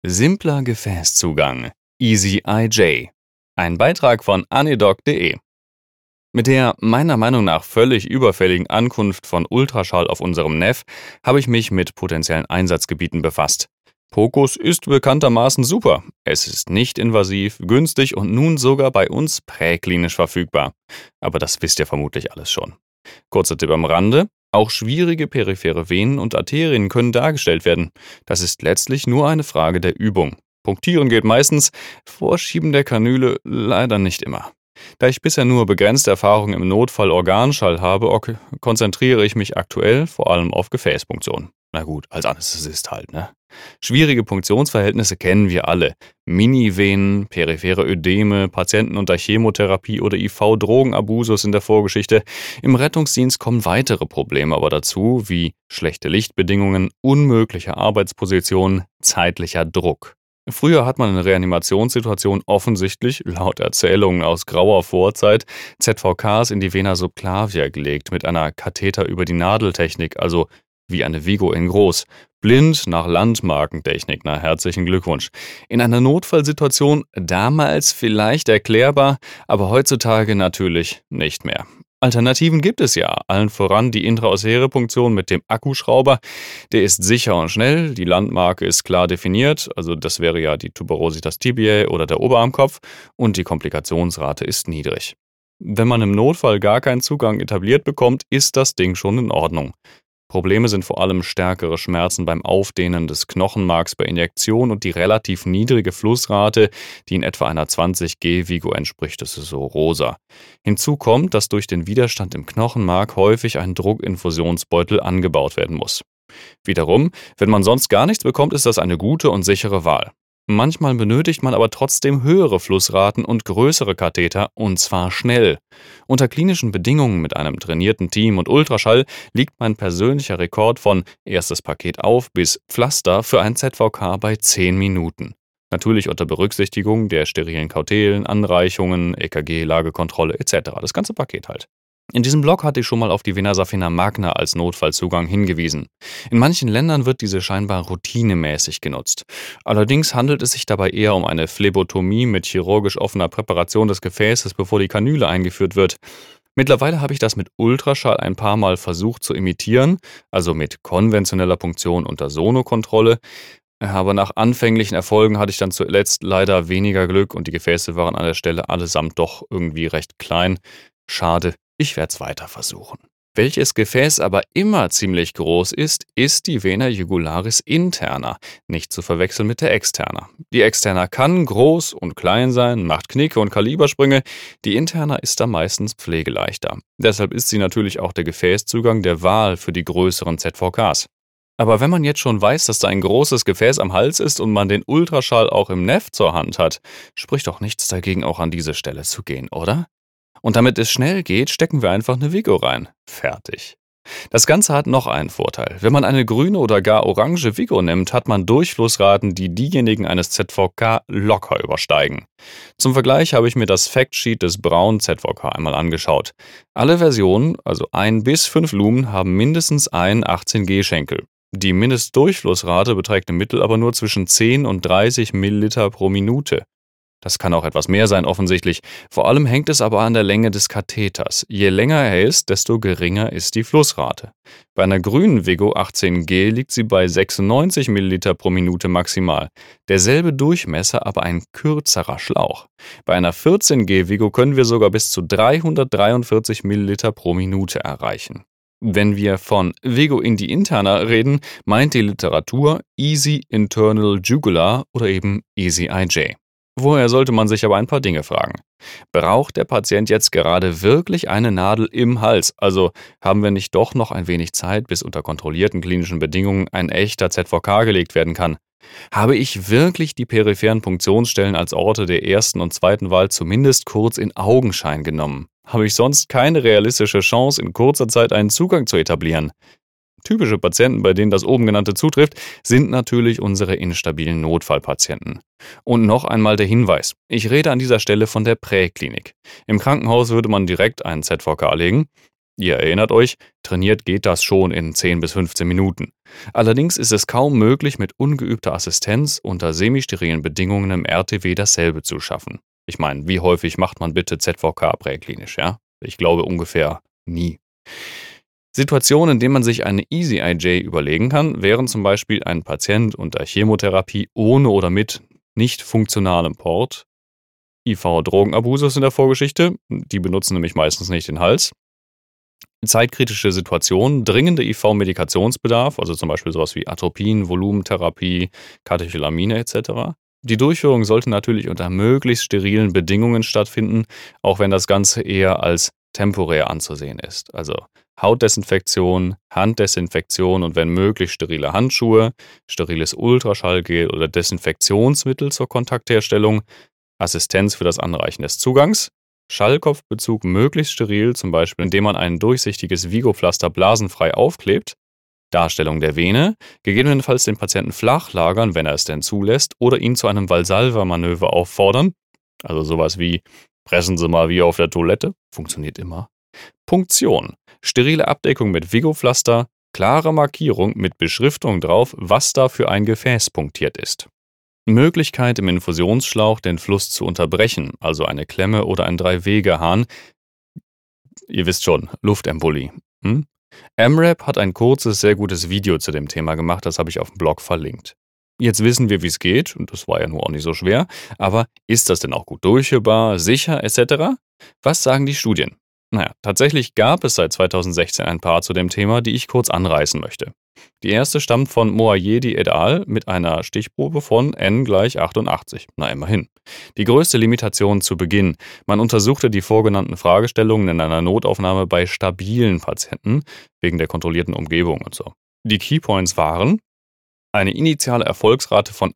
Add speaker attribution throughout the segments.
Speaker 1: Simpler Gefäßzugang. Easy IJ. Ein Beitrag von anedoc.de. Mit der meiner Meinung nach völlig überfälligen Ankunft von Ultraschall auf unserem Neff habe ich mich mit potenziellen Einsatzgebieten befasst. POCUS ist bekanntermaßen super. Es ist nicht invasiv, günstig und nun sogar bei uns präklinisch verfügbar. Aber das wisst ihr vermutlich alles schon. Kurzer Tipp am Rande: Auch schwierige periphere Venen und Arterien können dargestellt werden. Das ist letztlich nur eine Frage der Übung. Punktieren geht meistens, Vorschieben der Kanüle leider nicht immer. Da ich bisher nur begrenzte Erfahrung im Notfall-Organschall habe, konzentriere ich mich aktuell vor allem auf Gefäßpunktion. Na gut, als Anästhesist halt, ne? Schwierige Punktionsverhältnisse kennen wir alle. Minivenen, periphere Ödeme, Patienten unter Chemotherapie oder IV-Drogenabusus in der Vorgeschichte. Im Rettungsdienst kommen weitere Probleme aber dazu, wie schlechte Lichtbedingungen, unmögliche Arbeitspositionen, zeitlicher Druck. Früher hat man in Reanimationssituationen offensichtlich, laut Erzählungen aus grauer Vorzeit, ZVKs in die Vena subclavia gelegt mit einer Katheter über die Nadeltechnik, also wie eine Vigo in groß. Blind nach Landmarkentechnik, na herzlichen Glückwunsch. In einer Notfallsituation damals vielleicht erklärbar, aber heutzutage natürlich nicht mehr. Alternativen gibt es ja, allen voran die Intraosäre-Punktion mit dem Akkuschrauber. Der ist sicher und schnell, die Landmarke ist klar definiert, also das wäre ja die Tuberositas tibiae oder der Oberarmkopf, und die Komplikationsrate ist niedrig. Wenn man im Notfall gar keinen Zugang etabliert bekommt, ist das Ding schon in Ordnung. Probleme sind vor allem stärkere Schmerzen beim Aufdehnen des Knochenmarks bei Injektion und die relativ niedrige Flussrate, die in etwa einer 20G Vigo entspricht, das ist so rosa. Hinzu kommt, dass durch den Widerstand im Knochenmark häufig ein Druckinfusionsbeutel angebaut werden muss. Wiederum, wenn man sonst gar nichts bekommt, ist das eine gute und sichere Wahl. Manchmal benötigt man aber trotzdem höhere Flussraten und größere Katheter, und zwar schnell. Unter klinischen Bedingungen mit einem trainierten Team und Ultraschall liegt mein persönlicher Rekord von erstes Paket auf bis Pflaster für ein ZVK bei 10 Minuten. Natürlich unter Berücksichtigung der sterilen Kautelen, Anreichungen, EKG, Lagekontrolle etc. Das ganze Paket halt. In diesem Blog hatte ich schon mal auf die Vena saphenna magna als Notfallzugang hingewiesen. In manchen Ländern wird diese scheinbar routinemäßig genutzt. Allerdings handelt es sich dabei eher um eine Phlebotomie mit chirurgisch offener Präparation des Gefäßes, bevor die Kanüle eingeführt wird. Mittlerweile habe ich das mit Ultraschall ein paar Mal versucht zu imitieren, also mit konventioneller Punktion unter Sonokontrolle. Aber nach anfänglichen Erfolgen hatte ich dann zuletzt leider weniger Glück und die Gefäße waren an der Stelle allesamt doch irgendwie recht klein. Schade. Ich werde es weiter versuchen. Welches Gefäß aber immer ziemlich groß ist, ist die Vena jugularis interna, nicht zu verwechseln mit der externa. Die externa kann groß und klein sein, macht Knicke und Kalibersprünge, die interna ist da meistens pflegeleichter. Deshalb ist sie natürlich auch der Gefäßzugang der Wahl für die größeren ZVKs. Aber wenn man jetzt schon weiß, dass da ein großes Gefäß am Hals ist und man den Ultraschall auch im Neff zur Hand hat, spricht doch nichts dagegen, auch an diese Stelle zu gehen, oder? Und damit es schnell geht, stecken wir einfach eine Vigo rein. Fertig. Das Ganze hat noch einen Vorteil. Wenn man eine grüne oder gar orange Vigo nimmt, hat man Durchflussraten, die diejenigen eines ZVK locker übersteigen. Zum Vergleich habe ich mir das Factsheet des braunen ZVK einmal angeschaut. Alle Versionen, also 1 bis 5 Lumen, haben mindestens einen 18G-Schenkel. Die Mindestdurchflussrate beträgt im Mittel aber nur zwischen 10 und 30 Milliliter pro Minute. Das kann auch etwas mehr sein, offensichtlich. Vor allem hängt es aber an der Länge des Katheters. Je länger er ist, desto geringer ist die Flussrate. Bei einer grünen Vigo 18G liegt sie bei 96 Milliliter pro Minute maximal. Derselbe Durchmesser, aber ein kürzerer Schlauch. Bei einer 14G Vigo können wir sogar bis zu 343 Milliliter pro Minute erreichen. Wenn wir von Vigo in die interna reden, meint die Literatur Easy Internal Jugular oder eben Easy IJ. Vorher sollte man sich aber ein paar Dinge fragen. Braucht der Patient jetzt gerade wirklich eine Nadel im Hals? Also haben wir nicht doch noch ein wenig Zeit, bis unter kontrollierten klinischen Bedingungen ein echter ZVK gelegt werden kann? Habe ich wirklich die peripheren Punktionsstellen als Orte der ersten und zweiten Wahl zumindest kurz in Augenschein genommen? Habe ich sonst keine realistische Chance, in kurzer Zeit einen Zugang zu etablieren? Typische Patienten, bei denen das oben genannte zutrifft, sind natürlich unsere instabilen Notfallpatienten. Und noch einmal der Hinweis: Ich rede an dieser Stelle von der Präklinik. Im Krankenhaus würde man direkt einen ZVK legen. Ihr erinnert euch, trainiert geht das schon in 10 bis 15 Minuten. Allerdings ist es kaum möglich, mit ungeübter Assistenz unter semisterilen Bedingungen im RTW dasselbe zu schaffen. Ich meine, wie häufig macht man bitte ZVK präklinisch, ja? Ich glaube ungefähr nie. Situationen, in denen man sich eine Easy IJ überlegen kann, wären zum Beispiel ein Patient unter Chemotherapie ohne oder mit nicht funktionalem Port, IV-Drogenabusus in der Vorgeschichte, die benutzen nämlich meistens nicht den Hals, zeitkritische Situationen, dringende IV-Medikationsbedarf, also zum Beispiel sowas wie Atropin, Volumentherapie, Katecholamine etc. Die Durchführung sollte natürlich unter möglichst sterilen Bedingungen stattfinden, auch wenn das Ganze eher als temporär anzusehen ist. Also Hautdesinfektion, Handdesinfektion und wenn möglich sterile Handschuhe, steriles Ultraschallgel oder Desinfektionsmittel zur Kontaktherstellung, Assistenz für das Anreichen des Zugangs, Schallkopfbezug möglichst steril, zum Beispiel indem man ein durchsichtiges Vigopflaster blasenfrei aufklebt, Darstellung der Vene, gegebenenfalls den Patienten flach lagern, wenn er es denn zulässt, oder ihn zu einem Valsalva-Manöver auffordern, also sowas wie pressen Sie mal wie auf der Toilette, funktioniert immer. Punktion, sterile Abdeckung mit Vigopflaster, klare Markierung mit Beschriftung drauf, was da für ein Gefäß punktiert ist. Möglichkeit im Infusionsschlauch den Fluss zu unterbrechen, also eine Klemme oder ein 3-Wege-Hahn. Ihr wisst schon, Luftembolie. MRAP hat ein kurzes, sehr gutes Video zu dem Thema gemacht, das habe ich auf dem Blog verlinkt. Jetzt wissen wir, wie es geht, und das war ja nur auch nicht so schwer, aber ist das denn auch gut durchführbar, sicher etc.? Was sagen die Studien? Naja, tatsächlich gab es seit 2016 ein paar zu dem Thema, die ich kurz anreißen möchte. Die erste stammt von Moayedi et al. Mit einer Stichprobe von n = 88. Na immerhin. Die größte Limitation zu Beginn. Man untersuchte die vorgenannten Fragestellungen in einer Notaufnahme bei stabilen Patienten, wegen der kontrollierten Umgebung und so. Die Keypoints waren: eine initiale Erfolgsrate von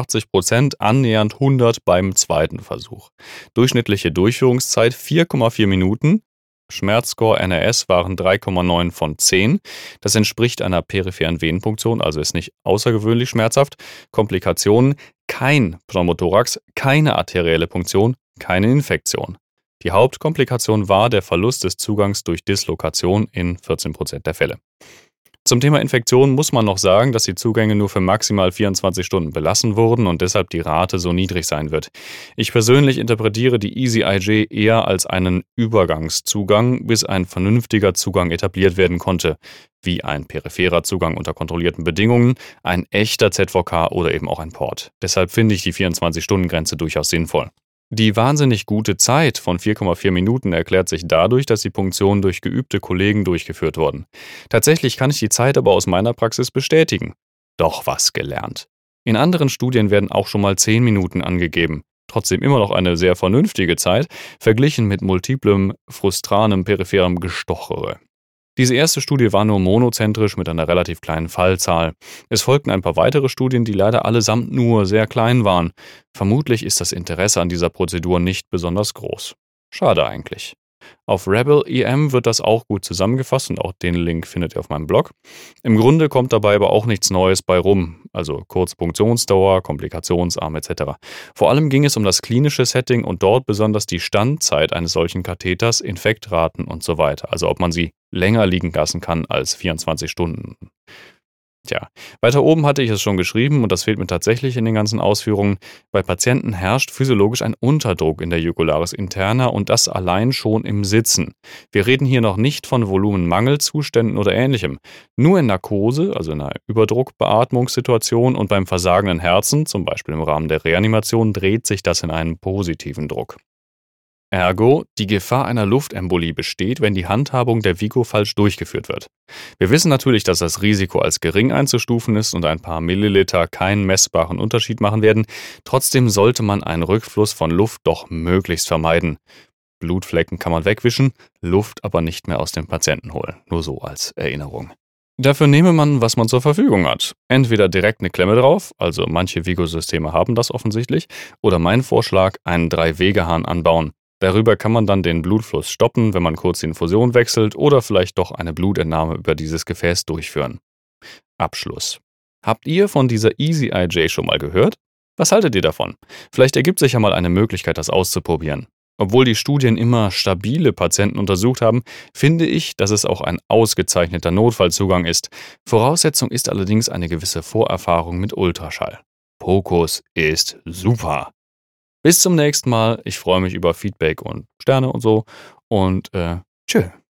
Speaker 1: 88%, annähernd 100 beim zweiten Versuch. Durchschnittliche Durchführungszeit 4,4 Minuten. Schmerzscore NRS waren 3,9 von 10. Das entspricht einer peripheren Venenpunktion, also ist nicht außergewöhnlich schmerzhaft. Komplikationen: kein Pneumothorax, keine arterielle Punktion, keine Infektion. Die Hauptkomplikation war der Verlust des Zugangs durch Dislokation in 14% der Fälle. Zum Thema Infektion muss man noch sagen, dass die Zugänge nur für maximal 24 Stunden belassen wurden und deshalb die Rate so niedrig sein wird. Ich persönlich interpretiere die Easy IJ eher als einen Übergangszugang, bis ein vernünftiger Zugang etabliert werden konnte, wie ein peripherer Zugang unter kontrollierten Bedingungen, ein echter ZVK oder eben auch ein Port. Deshalb finde ich die 24-Stunden-Grenze durchaus sinnvoll. Die wahnsinnig gute Zeit von 4,4 Minuten erklärt sich dadurch, dass die Punktionen durch geübte Kollegen durchgeführt wurden. Tatsächlich kann ich die Zeit aber aus meiner Praxis bestätigen. Doch was gelernt. In anderen Studien werden auch schon mal 10 Minuten angegeben. Trotzdem immer noch eine sehr vernünftige Zeit, verglichen mit multiplem, frustranem peripherem Gestochere. Diese erste Studie war nur monozentrisch mit einer relativ kleinen Fallzahl. Es folgten ein paar weitere Studien, die leider allesamt nur sehr klein waren. Vermutlich ist das Interesse an dieser Prozedur nicht besonders groß. Schade eigentlich. Auf Rebel EM wird das auch gut zusammengefasst und auch den Link findet ihr auf meinem Blog. Im Grunde kommt dabei aber auch nichts Neues bei rum, also kurze Punktionsdauer, komplikationsarm etc. Vor allem ging es um das klinische Setting und dort besonders die Standzeit eines solchen Katheters, Infektraten und so weiter, also ob man sie länger liegen lassen kann als 24 Stunden. Tja, weiter oben hatte ich es schon geschrieben und das fehlt mir tatsächlich in den ganzen Ausführungen. Bei Patienten herrscht physiologisch ein Unterdruck in der Jugularis interna und das allein schon im Sitzen. Wir reden hier noch nicht von Volumenmangelzuständen oder ähnlichem. Nur in Narkose, also in einer Überdruckbeatmungssituation und beim versagenden Herzen, zum Beispiel im Rahmen der Reanimation, dreht sich das in einen positiven Druck. Ergo, die Gefahr einer Luftembolie besteht, wenn die Handhabung der Vigo falsch durchgeführt wird. Wir wissen natürlich, dass das Risiko als gering einzustufen ist und ein paar Milliliter keinen messbaren Unterschied machen werden. Trotzdem sollte man einen Rückfluss von Luft doch möglichst vermeiden. Blutflecken kann man wegwischen, Luft aber nicht mehr aus dem Patienten holen. Nur so als Erinnerung. Dafür nehme man, was man zur Verfügung hat. Entweder direkt eine Klemme drauf, also manche Vigo-Systeme haben das offensichtlich, oder mein Vorschlag, einen 3-Wege-Hahn anbauen. Darüber kann man dann den Blutfluss stoppen, wenn man kurz die Infusion wechselt oder vielleicht doch eine Blutentnahme über dieses Gefäß durchführen. Abschluss. Habt ihr von dieser Easy IJ schon mal gehört? Was haltet ihr davon? Vielleicht ergibt sich ja mal eine Möglichkeit, das auszuprobieren. Obwohl die Studien immer stabile Patienten untersucht haben, finde ich, dass es auch ein ausgezeichneter Notfallzugang ist. Voraussetzung ist allerdings eine gewisse Vorerfahrung mit Ultraschall. POCUS ist super. Bis zum nächsten Mal. Ich freue mich über Feedback und Sterne und so. Und tschö.